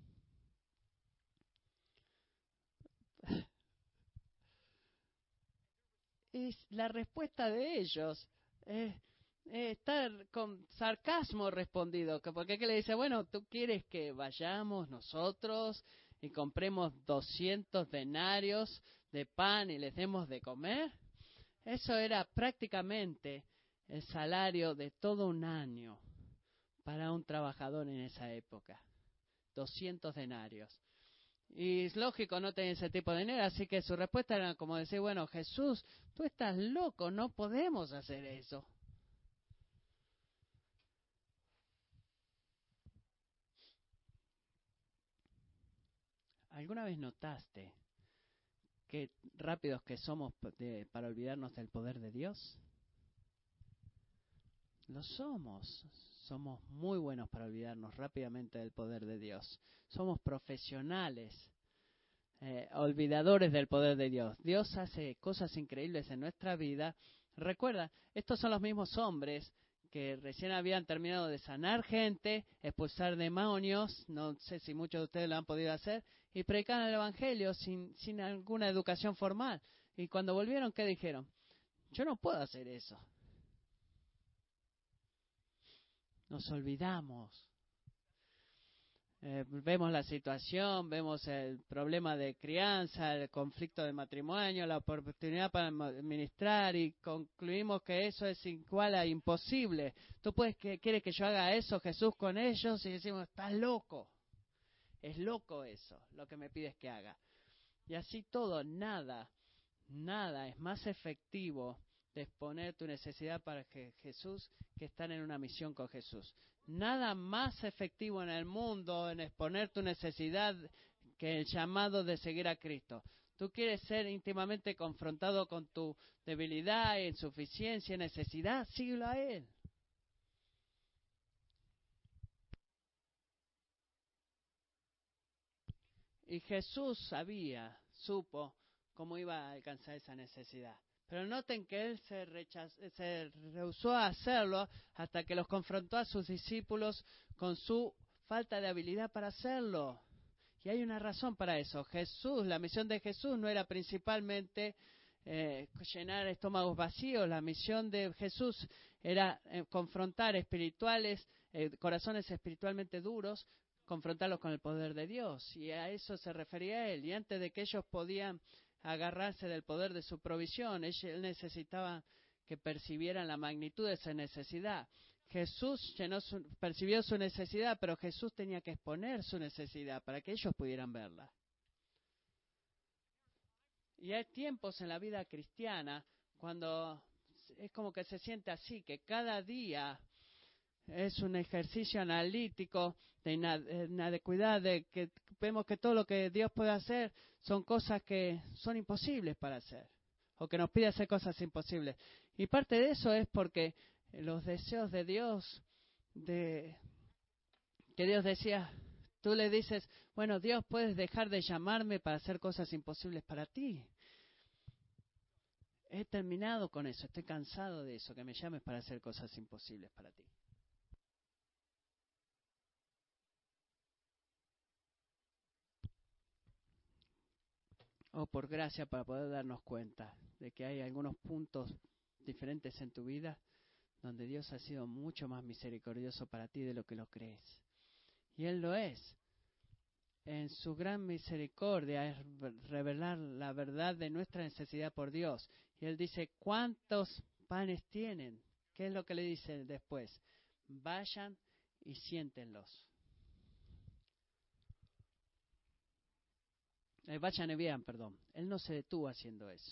Y la respuesta de ellos es eh, estar con sarcasmo respondido. Porque ¿qué le dice? Bueno, ¿tú quieres que vayamos nosotros y compremos doscientos denarios de pan y les demos de comer? Eso era prácticamente el salario de todo un año para un trabajador en esa época. doscientos denarios. Y es lógico, no tener ese tipo de dinero, así que su respuesta era como decir, bueno, Jesús, tú estás loco, no podemos hacer eso. ¿Alguna vez notaste qué rápidos que somos de, para olvidarnos del poder de Dios? Lo somos. Somos muy buenos para olvidarnos rápidamente del poder de Dios. Somos profesionales, eh, olvidadores del poder de Dios. Dios hace cosas increíbles en nuestra vida. Recuerda, estos son los mismos hombres que recién habían terminado de sanar gente, expulsar demonios, no sé si muchos de ustedes lo han podido hacer, y predicar el Evangelio sin, sin alguna educación formal. Y cuando volvieron, ¿qué dijeron? Yo no puedo hacer eso. Nos olvidamos. Eh, vemos la situación, vemos el problema de crianza, el conflicto de matrimonio, la oportunidad para ministrar y concluimos que eso es igual a imposible. ¿Tú puedes que quieres que yo haga eso, Jesús, con ellos? Y decimos, estás loco. Es loco eso, lo que me pides que haga. Y así todo, nada, nada es más efectivo de exponer tu necesidad para que Jesús que estar en una misión con Jesús. Nada más efectivo en el mundo en exponer tu necesidad que el llamado de seguir a Cristo. Tú quieres ser íntimamente confrontado con tu debilidad, insuficiencia, necesidad, síguelo a Él. Y Jesús sabía, supo cómo iba a alcanzar esa necesidad. Pero noten que Él se, rechazó, se rehusó a hacerlo hasta que los confrontó a sus discípulos con su falta de habilidad para hacerlo. Y hay una razón para eso. Jesús, la misión de Jesús no era principalmente eh, llenar estómagos vacíos. La misión de Jesús era eh, confrontar espirituales, eh, corazones espiritualmente duros, confrontarlos con el poder de Dios. Y a eso se refería él. Y antes de que ellos podían agarrarse del poder de su provisión, él necesitaba que percibieran la magnitud de esa necesidad. Jesús llenó su, percibió su necesidad, pero Jesús tenía que exponer su necesidad para que ellos pudieran verla. Y hay tiempos en la vida cristiana cuando es como que se siente así, que cada día es un ejercicio analítico de inadecuidad, de que vemos que todo lo que Dios puede hacer son cosas que son imposibles para hacer, o que nos pide hacer cosas imposibles. Y parte de eso es porque los deseos de Dios, de que Dios decía, tú le dices, bueno, Dios, puedes dejar de llamarme para hacer cosas imposibles para ti. He terminado con eso, estoy cansado de eso, que me llames para hacer cosas imposibles para ti. O por gracia, para poder darnos cuenta de que hay algunos puntos diferentes en tu vida donde Dios ha sido mucho más misericordioso para ti de lo que lo crees. Y Él lo es. En su gran misericordia es revelar la verdad de nuestra necesidad por Dios. Y Él dice, ¿cuántos panes tienen? ¿Qué es lo que le dice después? Vayan y siéntenlos. Eh, vayan y vean, perdón. Él no se detuvo haciendo eso.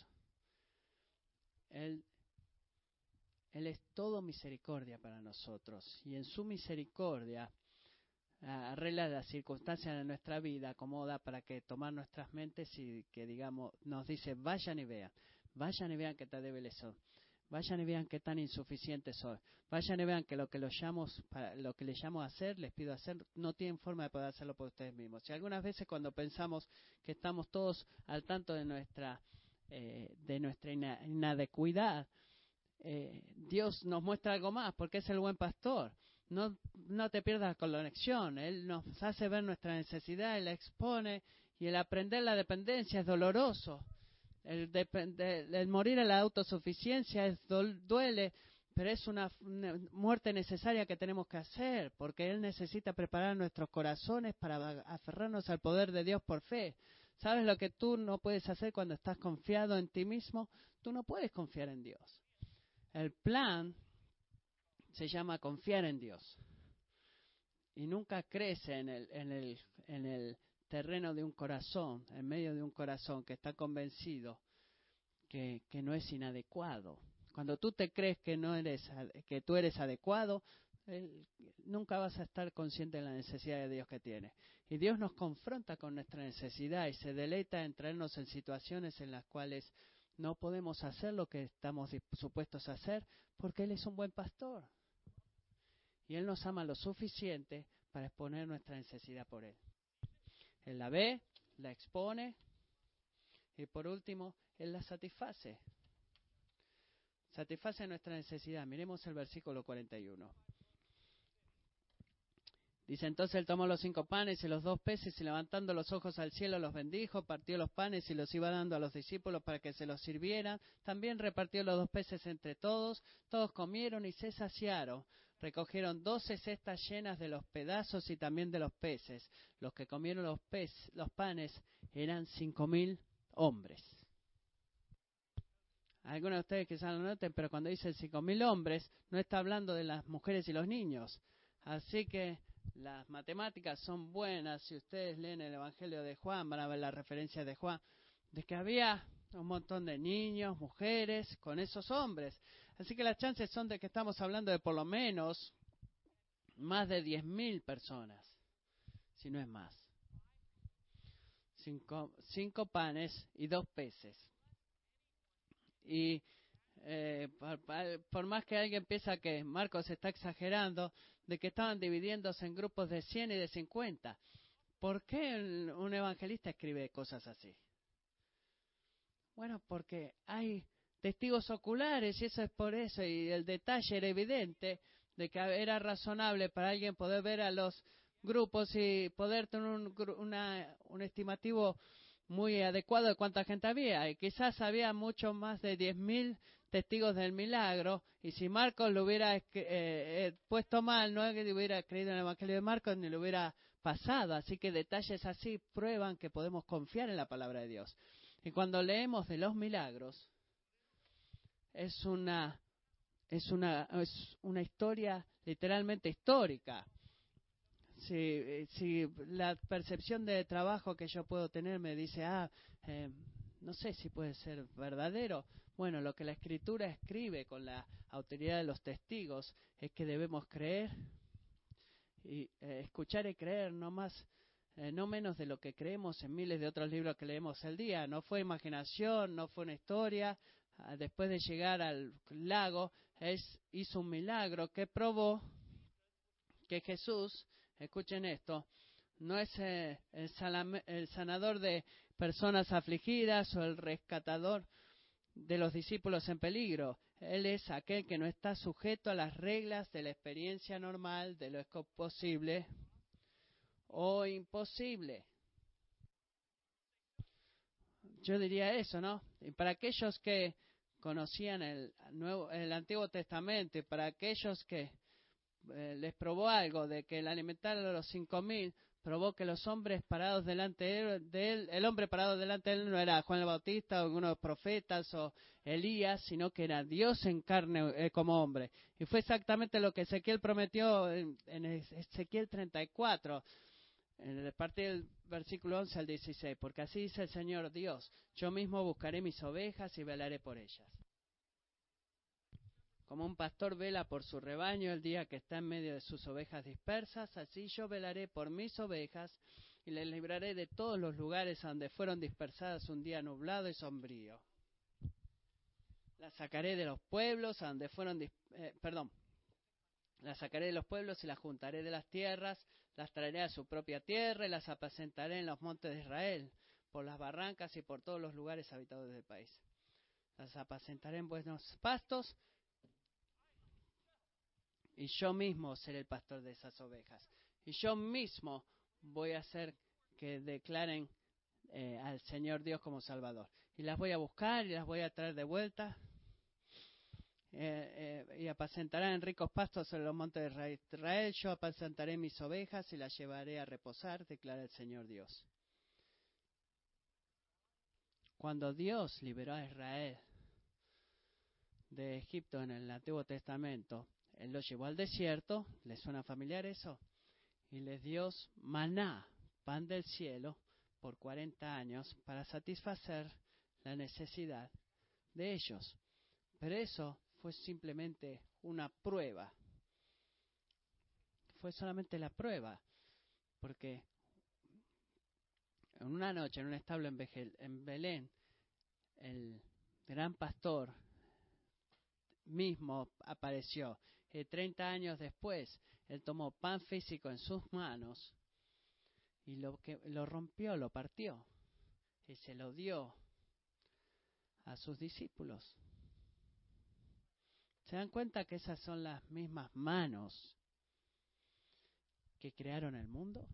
Él Él es todo misericordia para nosotros. Y en su misericordia arregla las circunstancias de nuestra vida, acomoda para que tomar nuestras mentes y que digamos, nos dice, vayan y vean. Vayan y vean qué tan débiles son. Vayan y vean qué tan insuficientes son. Vayan y vean que lo que los llamo, para lo que les llamo a hacer, les pido hacer, no tienen forma de poder hacerlo por ustedes mismos. Y algunas veces cuando pensamos que estamos todos al tanto de nuestra, eh, de nuestra ina- inadecuidad, Eh, Dios nos muestra algo más, porque es el buen pastor. No, no te pierdas la conexión. Él nos hace ver nuestra necesidad, Él la expone, y el aprender la dependencia es doloroso. El, depende, el morir en la autosuficiencia es duele, pero es una, una muerte necesaria que tenemos que hacer, porque Él necesita preparar nuestros corazones para aferrarnos al poder de Dios por fe. ¿Sabes lo que tú no puedes hacer cuando estás confiado en ti mismo? Tú no puedes confiar en Dios. El plan se llama confiar en Dios. Y nunca crece en el, en el, en el terreno de un corazón, en medio de un corazón que está convencido que, que no es inadecuado. Cuando tú te crees que no eres, que tú eres adecuado, él, nunca vas a estar consciente de la necesidad de Dios que tienes. Y Dios nos confronta con nuestra necesidad y se deleita en traernos en situaciones en las cuales no podemos hacer lo que estamos supuestos a hacer, porque Él es un buen pastor. Y Él nos ama lo suficiente para exponer nuestra necesidad por Él. Él la ve, la expone y por último, Él la satisface. Satisface nuestra necesidad. Miremos el versículo cuarenta y uno. Dice, entonces Él tomó los cinco panes y los dos peces y levantando los ojos al cielo los bendijo, partió los panes y los iba dando a los discípulos para que se los sirvieran. También repartió los dos peces entre todos. Todos comieron y se saciaron. Recogieron doce cestas llenas de los pedazos y también de los peces. Los que comieron los, pez, los panes eran cinco mil hombres. Algunos de ustedes quizás lo noten, pero cuando dice cinco mil hombres, no está hablando de las mujeres y los niños. Así que las matemáticas son buenas. Si ustedes leen el Evangelio de Juan, van a ver la referencia de Juan, de que había un montón de niños, mujeres, con esos hombres. Así que las chances son de que estamos hablando de por lo menos más de diez mil personas, si no es más. Cinco, cinco panes y dos peces. Y eh, por, por más que alguien piensa que Marcos está exagerando, de que estaban dividiéndose en grupos de cien y de cincuenta. ¿Por qué un evangelista escribe cosas así? Bueno, porque hay testigos oculares y eso es por eso. Y el detalle era evidente de que era razonable para alguien poder ver a los grupos y poder tener un, una, un estimativo muy adecuado de cuánta gente había. Y quizás había mucho más de diez mil testigos del milagro, y si Marcos lo hubiera eh, eh, puesto mal, no hubiera creído en el Evangelio de Marcos ni lo hubiera pasado. Así que detalles así prueban que podemos confiar en la palabra de Dios. Y cuando leemos de los milagros, es una es una es una historia literalmente histórica. Si, si la percepción de trabajo que yo puedo tener me dice, ah, eh, no sé si puede ser verdadero. Bueno, lo que la Escritura escribe con la autoridad de los testigos es que debemos creer y eh, escuchar y creer, no más, eh, no menos de lo que creemos en miles de otros libros que leemos al día. No fue imaginación, no fue una historia. Ah, después de llegar al lago, es, hizo un milagro que probó que Jesús, escuchen esto, no es eh, el, salame, el sanador de personas afligidas o el rescatador de los discípulos en peligro. Él es aquel que no está sujeto a las reglas de la experiencia normal de lo que es posible o imposible. Yo diría eso, ¿no? Y para aquellos que conocían el, nuevo, el Antiguo Testamento y para aquellos que eh, les probó algo de que el alimentar a los cinco mil probó que los hombres parados delante de él, de él, el hombre parado delante de él no era Juan el Bautista o alguno de los profetas o Elías, sino que era Dios en carne eh, como hombre. Y fue exactamente lo que Ezequiel prometió en, en Ezequiel treinta y cuatro, en el partir del versículo once al dieciséis, porque así dice el Señor Dios, yo mismo buscaré mis ovejas y velaré por ellas. Como un pastor vela por su rebaño el día que está en medio de sus ovejas dispersas, así yo velaré por mis ovejas y les libraré de todos los lugares a donde fueron dispersadas un día nublado y sombrío. Las sacaré de los pueblos a donde fueron, eh, perdón, las sacaré de los pueblos y las juntaré de las tierras, las traeré a su propia tierra y las apacentaré en los montes de Israel, por las barrancas y por todos los lugares habitados del país. Las apacentaré en buenos pastos, y yo mismo seré el pastor de esas ovejas. Y yo mismo voy a hacer que declaren eh, al Señor Dios como Salvador. Y las voy a buscar y las voy a traer de vuelta. Eh, eh, y apacentarán en ricos pastos sobre los montes de Israel. Yo apacentaré mis ovejas y las llevaré a reposar, declara el Señor Dios. Cuando Dios liberó a Israel de Egipto en el Antiguo Testamento, Él los llevó al desierto. ¿Les suena familiar eso? Y les dio maná, pan del cielo, por cuarenta años para satisfacer la necesidad de ellos. Pero eso fue simplemente una prueba. Fue solamente la prueba. Porque en una noche, en un establo en, Bejel, en Belén, el gran pastor mismo apareció. Y treinta años después, él tomó pan físico en sus manos y lo, que, lo rompió, lo partió y se lo dio a sus discípulos. ¿Se dan cuenta que esas son las mismas manos que crearon el mundo?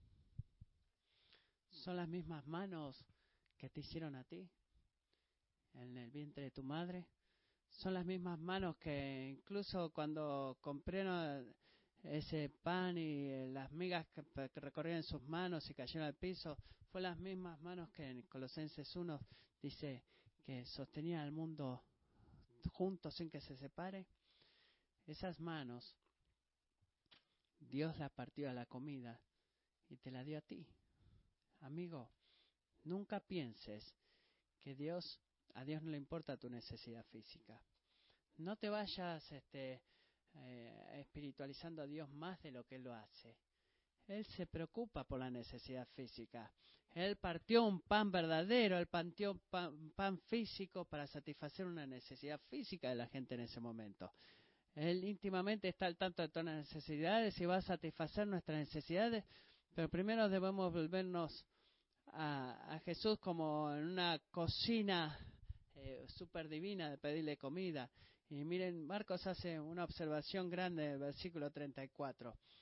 ¿Son las mismas manos que te hicieron a ti en el vientre de tu madre? Son las mismas manos que incluso cuando compraron ese pan y las migas que, que recorrían sus manos y cayeron al piso, fue las mismas manos que en Colosenses uno dice que sostenían al mundo juntos sin que se separe. Esas manos Dios las partió a la comida y te la dio a ti. Amigo, nunca pienses que Dios, a Dios no le importa tu necesidad física. No te vayas este, eh, espiritualizando a Dios más de lo que Él lo hace. Él se preocupa por la necesidad física. Él partió un pan verdadero, Él partió un pan, pan físico para satisfacer una necesidad física de la gente en ese momento. Él íntimamente está al tanto de todas las necesidades y va a satisfacer nuestras necesidades, pero primero debemos volvernos a, a Jesús como en una cocina eh, súper divina de pedirle comida. Y miren, Marcos hace una observación grande en el versículo treinta y cuatro.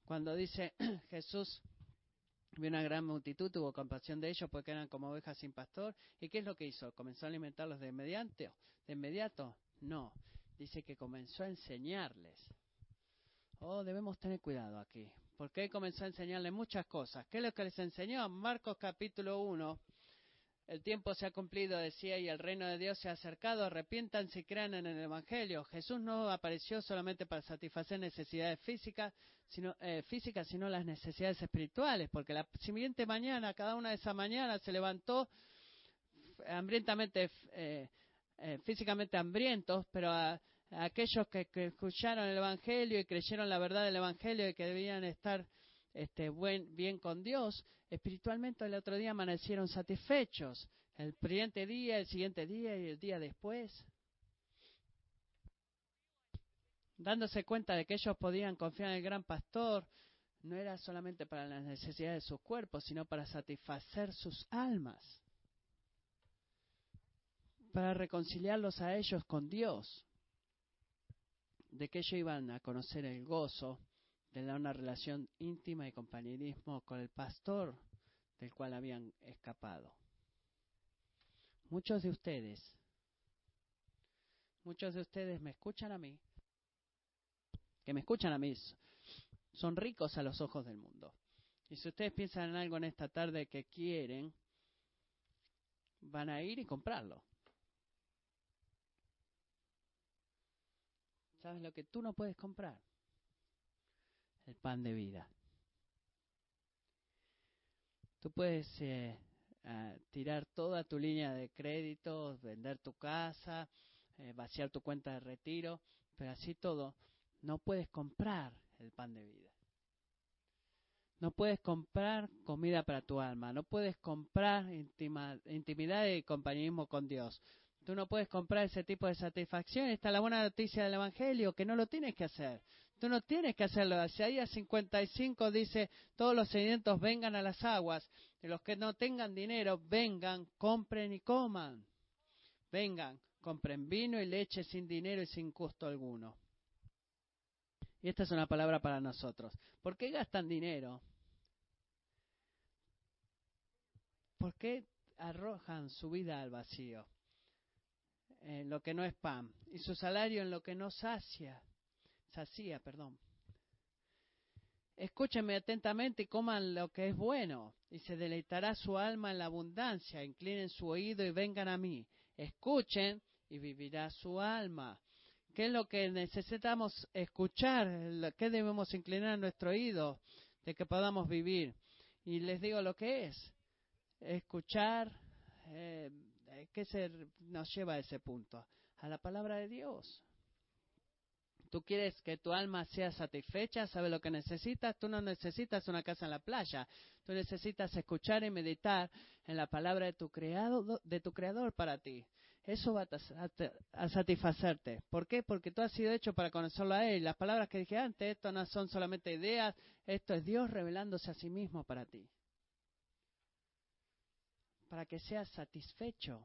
Cuando dice Jesús, vio una gran multitud, tuvo compasión de ellos porque eran como ovejas sin pastor. ¿Y qué es lo que hizo? ¿Comenzó a alimentarlos de inmediato? ¿De inmediato? No. Dice que comenzó a enseñarles. Oh, debemos tener cuidado aquí. Porque él comenzó a enseñarles muchas cosas. ¿Qué es lo que les enseñó? Marcos capítulo uno. El tiempo se ha cumplido, decía, y el reino de Dios se ha acercado. Arrepiéntanse y crean en el Evangelio. Jesús no apareció solamente para satisfacer necesidades físicas, sino, eh, físicas, sino las necesidades espirituales. Porque la siguiente mañana, cada una de esas mañanas, se levantó hambrientamente, eh, eh, físicamente hambrientos, pero a, a aquellos que, que escucharon el Evangelio y creyeron la verdad del Evangelio y que debían estar este, buen, bien con Dios, espiritualmente el otro día amanecieron satisfechos. El siguiente día, el siguiente día y el día después, dándose cuenta de que ellos podían confiar en el gran pastor, no era solamente para las necesidades de sus cuerpos, sino para satisfacer sus almas, para reconciliarlos a ellos con Dios, de que ellos iban a conocer el gozo de una relación íntima y compañerismo con el pastor del cual habían escapado. Muchos de ustedes, muchos de ustedes me escuchan a mí, que me escuchan a mí, son ricos a los ojos del mundo. Y si ustedes piensan en algo en esta tarde que quieren, van a ir y comprarlo. ¿Sabes lo que tú no puedes comprar? El pan de vida. Tú puedes eh, uh, tirar toda tu línea de crédito, vender tu casa, eh, vaciar tu cuenta de retiro, pero así todo, no puedes comprar el pan de vida. No puedes comprar comida para tu alma, no puedes comprar intima, intimidad y compañerismo con Dios. Tú no puedes comprar ese tipo de satisfacción. Esta es la buena noticia del Evangelio, que no lo tienes que hacer. Tú no tienes que hacerlo. Isaías cincuenta y cinco dice, todos los sedientos vengan a las aguas, y los que no tengan dinero, vengan, compren y coman. Vengan, compren vino y leche sin dinero y sin costo alguno. Y esta es una palabra para nosotros. ¿Por qué gastan dinero? ¿Por qué arrojan su vida al vacío? En lo que no es pan, y su salario en lo que no sacia, sacía, perdón. Escúchenme atentamente y coman lo que es bueno, y se deleitará su alma en la abundancia. Inclinen su oído y vengan a mí. Escuchen y vivirá su alma. ¿Qué es lo que necesitamos escuchar? ¿Qué debemos inclinar nuestro oído de que podamos vivir? Y les digo lo que es. Escuchar, eh, ¿qué se nos lleva a ese punto? A la palabra de Dios. ¿Tú quieres que tu alma sea satisfecha? ¿Sabes lo que necesitas? Tú no necesitas una casa en la playa. Tú necesitas escuchar y meditar en la palabra de tu creado, de tu creador para ti. Eso va a, a satisfacerte. ¿Por qué? Porque tú has sido hecho para conocerlo a Él. Las palabras que dije antes, esto no son solamente ideas, esto es Dios revelándose a sí mismo para ti. Para que seas satisfecho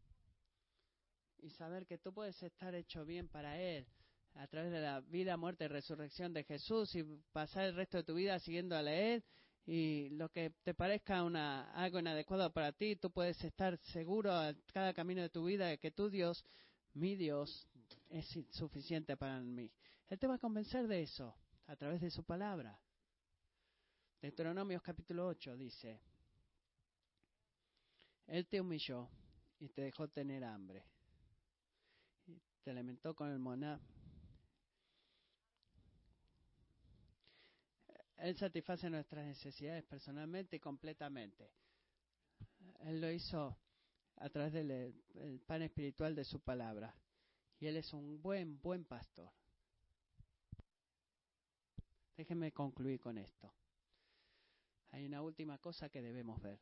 y saber que tú puedes estar hecho bien para Él a través de la vida, muerte y resurrección de Jesús y pasar el resto de tu vida siguiendo a Él, y lo que te parezca una, algo inadecuado para ti, tú puedes estar seguro a cada camino de tu vida de que tu Dios, mi Dios, es suficiente para mí. Él te va a convencer de eso a través de su palabra. Deuteronomios capítulo ocho dice: Él te humilló y te dejó tener hambre. Y te alimentó con el maná. Él satisface nuestras necesidades personalmente y completamente. Él lo hizo a través del el pan espiritual de su palabra. Y Él es un buen, buen pastor. Déjenme concluir con esto. Hay una última cosa que debemos ver.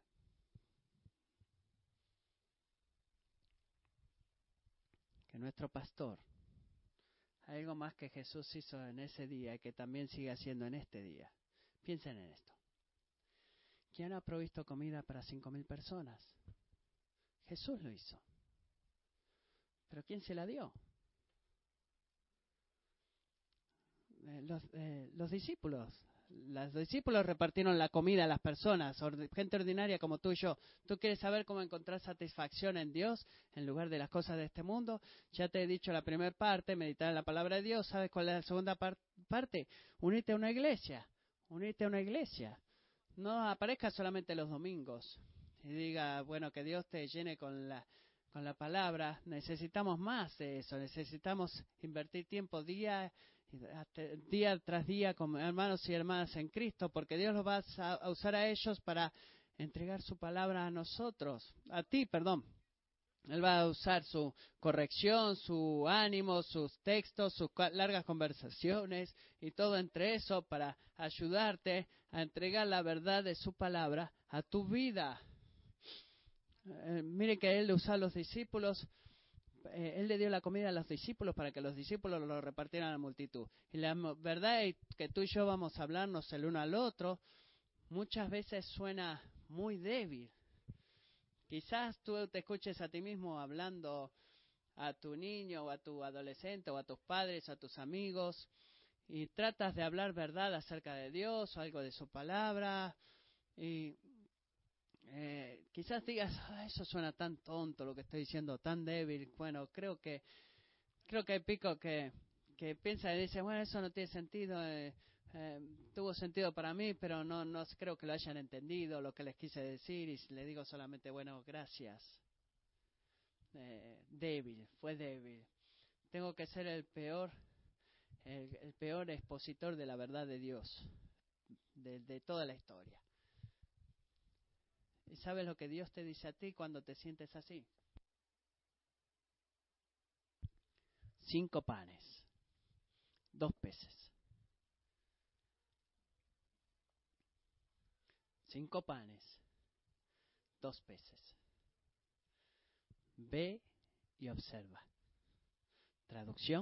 Que nuestro pastor, hay algo más que Jesús hizo en ese día y que también sigue haciendo en este día. Piensen en esto. ¿Quién ha provisto comida para cinco mil personas? Jesús lo hizo. ¿Pero quién se la dio? Eh, los, eh, los discípulos Los discípulos repartieron la comida a las personas, or- gente ordinaria como tú y yo. ¿Tú quieres saber cómo encontrar satisfacción en Dios en lugar de las cosas de este mundo? Ya te he dicho la primera parte, meditar en la palabra de Dios. ¿Sabes cuál es la segunda par- parte? Unirte a una iglesia. Unirte a una iglesia. No aparezca solamente los domingos y diga, bueno, que Dios te llene con la, con la palabra. Necesitamos más de eso. Necesitamos invertir tiempo día día tras día como hermanos y hermanas en Cristo, porque Dios los va a, a usar a ellos para entregar su palabra a nosotros, a ti, perdón. Él va a usar su corrección, su ánimo, sus textos, sus largas conversaciones y todo entre eso para ayudarte a entregar la verdad de su palabra a tu vida. Eh, mire que Él usa a los discípulos. Eh, él le dio la comida a los discípulos para que los discípulos lo repartieran a la multitud. Y la verdad es que tú y yo vamos a hablarnos el uno al otro. Muchas veces suena muy débil. Quizás tú te escuches a ti mismo hablando a tu niño o a tu adolescente o a tus padres o a tus amigos y tratas de hablar verdad acerca de Dios o algo de su palabra y eh, quizás digas, ah, eso suena tan tonto lo que estoy diciendo, tan débil. Bueno, creo que creo que hay pico que, que piensa y dice, bueno, eso no tiene sentido, eh, eh, tuvo sentido para mí, pero no, no creo que lo hayan entendido, lo que les quise decir, y le digo solamente, bueno, gracias. Eh, débil, fue débil. Tengo que ser el peor, el, el peor expositor de la verdad de Dios, de, de toda la historia. ¿Y sabes lo que Dios te dice a ti cuando te sientes así? Cinco panes, dos peces. Cinco panes, dos peces. Ve y observa. Traducción.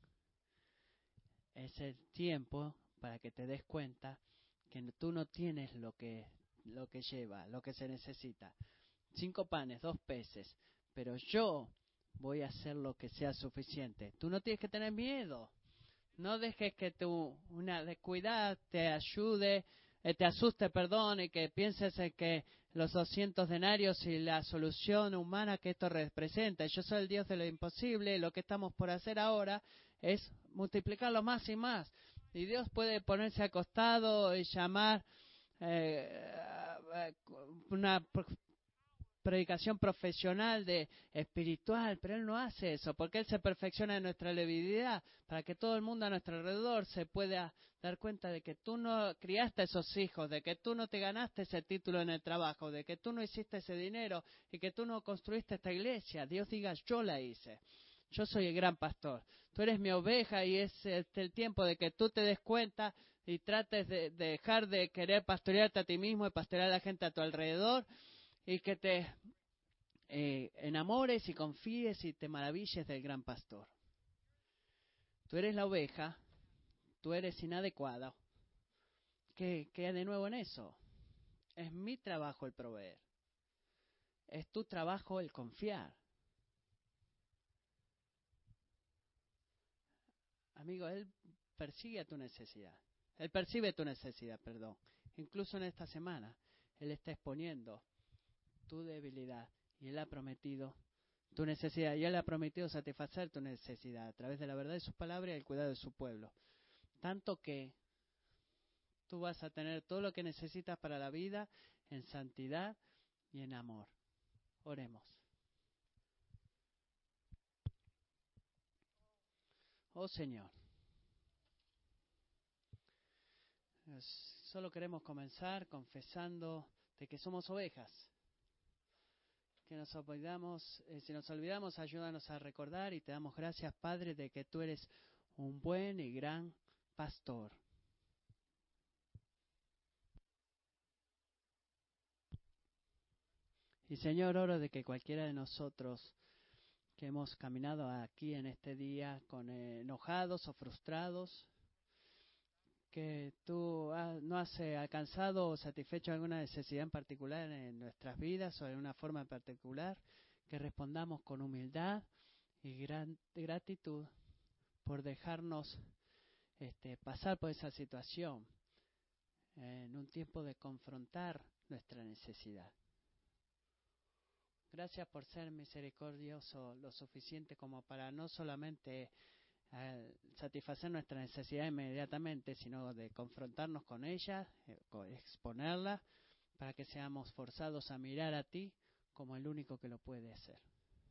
Es el tiempo para que te des cuenta que tú no tienes lo que, lo que lleva, lo que se necesita. Cinco panes, dos peces. Pero yo voy a hacer lo que sea suficiente. Tú no tienes que tener miedo. No dejes que tu una descuidad te ayude, eh, te asuste, perdón, y que pienses en que los doscientos denarios y la solución humana que esto representa. Yo soy el Dios de lo imposible, y lo que estamos por hacer ahora es multiplicarlo más y más. Y Dios puede ponerse acostado y llamar eh, una predicación profesional de espiritual, pero Él no hace eso, porque Él se perfecciona en nuestra debilidad, para que todo el mundo a nuestro alrededor se pueda dar cuenta de que tú no criaste a esos hijos, de que tú no te ganaste ese título en el trabajo, de que tú no hiciste ese dinero y que tú no construiste esta iglesia. Dios diga, yo la hice. Yo soy el gran pastor. Tú eres mi oveja y es este, el tiempo de que tú te des cuenta y trates de, de dejar de querer pastorearte a ti mismo y pastorear a la gente a tu alrededor y que te eh, enamores y confíes y te maravilles del gran pastor. Tú eres la oveja, tú eres inadecuada. ¿Qué, qué hay de nuevo en eso? Es mi trabajo el proveer. Es tu trabajo el confiar. Amigo, Él persigue tu necesidad. Él percibe tu necesidad, perdón. Incluso en esta semana, Él está exponiendo tu debilidad y Él ha prometido tu necesidad y Él ha prometido satisfacer tu necesidad a través de la verdad de sus palabras y el cuidado de su pueblo. Tanto que tú vas a tener todo lo que necesitas para la vida en santidad y en amor. Oremos. Oh Señor, solo queremos comenzar confesando de que somos ovejas. Que nos olvidamos, eh, si nos olvidamos, ayúdanos a recordar y te damos gracias, Padre, de que tú eres un buen y gran pastor. Y Señor, oro de que cualquiera de nosotros que hemos caminado aquí en este día con eh, enojados o frustrados, que tú ha, no has eh, alcanzado o satisfecho alguna necesidad en particular en nuestras vidas o de una forma en particular, que respondamos con humildad y gran, gratitud por dejarnos este, pasar por esa situación. en un tiempo de confrontar nuestra necesidad. Gracias por ser misericordioso lo suficiente como para no solamente eh, satisfacer nuestra necesidad inmediatamente, sino de confrontarnos con ella, eh, exponerla, para que seamos forzados a mirar a ti como el único que lo puede hacer.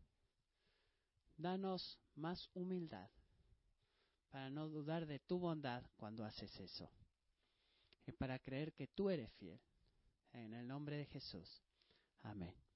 Danos más humildad para no dudar de tu bondad cuando haces eso y para creer que tú eres fiel. En el nombre de Jesús. Amén.